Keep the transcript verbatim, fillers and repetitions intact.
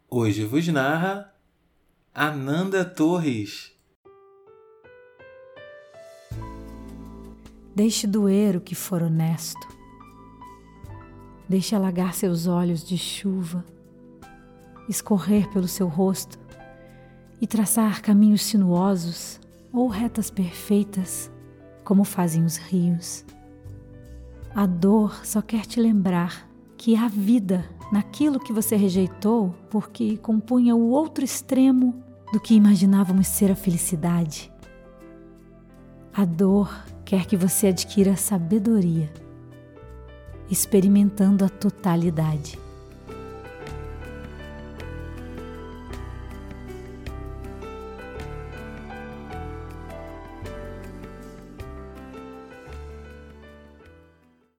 Hoje vos narra Ananda Torres. Deixe doer o que for honesto. Deixe alagar seus olhos de chuva, escorrer pelo seu rosto e traçar caminhos sinuosos ou retas perfeitas, como fazem os rios. A dor só quer te lembrar que há vida naquilo que você rejeitou porque compunha o outro extremo do que imaginávamos ser a felicidade. A dor quer que você adquira sabedoria, experimentando a totalidade.